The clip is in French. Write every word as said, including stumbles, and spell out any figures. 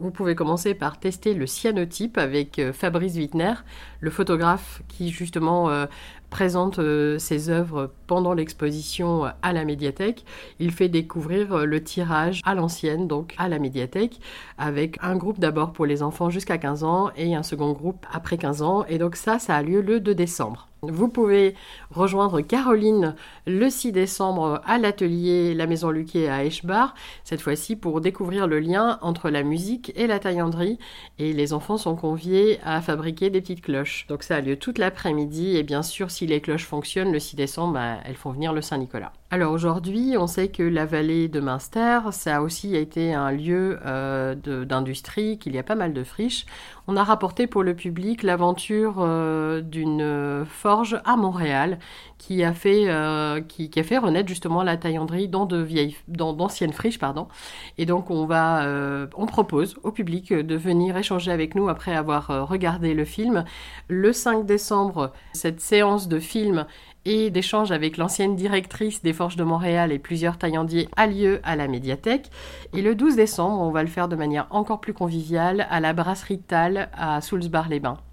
Vous pouvez commencer par tester le cyanotype avec euh, Fabrice Wittner, le photographe qui justement euh, présente euh, ses œuvres pendant l'exposition à la médiathèque. Il fait découvrir euh, le tirage à l'ancienne, donc à la médiathèque, avec un groupe d'abord pour les enfants jusqu'à quinze ans et un second groupe après quinze ans. Et donc ça, ça a lieu le deux décembre. Vous pouvez rejoindre Caroline le six décembre à l'atelier La Maison Luquet à Eschbar, cette fois-ci pour découvrir le lien entre la musique et la taillanderie. Et les enfants sont conviés à fabriquer des petites cloches. Donc ça a lieu toute l'après-midi et bien sûr, si les cloches fonctionnent le six décembre, bah, elles font venir le Saint-Nicolas. Alors aujourd'hui, on sait que la vallée de Münster, ça a aussi été un lieu euh, de, d'industrie, qu'il y a pas mal de friches. On a rapporté pour le public l'aventure euh, d'une forge à Montréal qui a fait, euh, qui, qui a fait renaître justement la taillanderie dans de vieilles, dans d'anciennes friches, pardon. Et donc on va, euh, on propose au public de venir échanger avec nous après avoir euh, regardé le film. Le cinq décembre, cette séance de film et d'échange avec l'ancienne directrice des Forges de Montréal et plusieurs taillandiers a lieu à la médiathèque. Et le douze décembre, on va le faire de manière encore plus conviviale à la brasserie Tal à Soultz-Bar-les-Bains.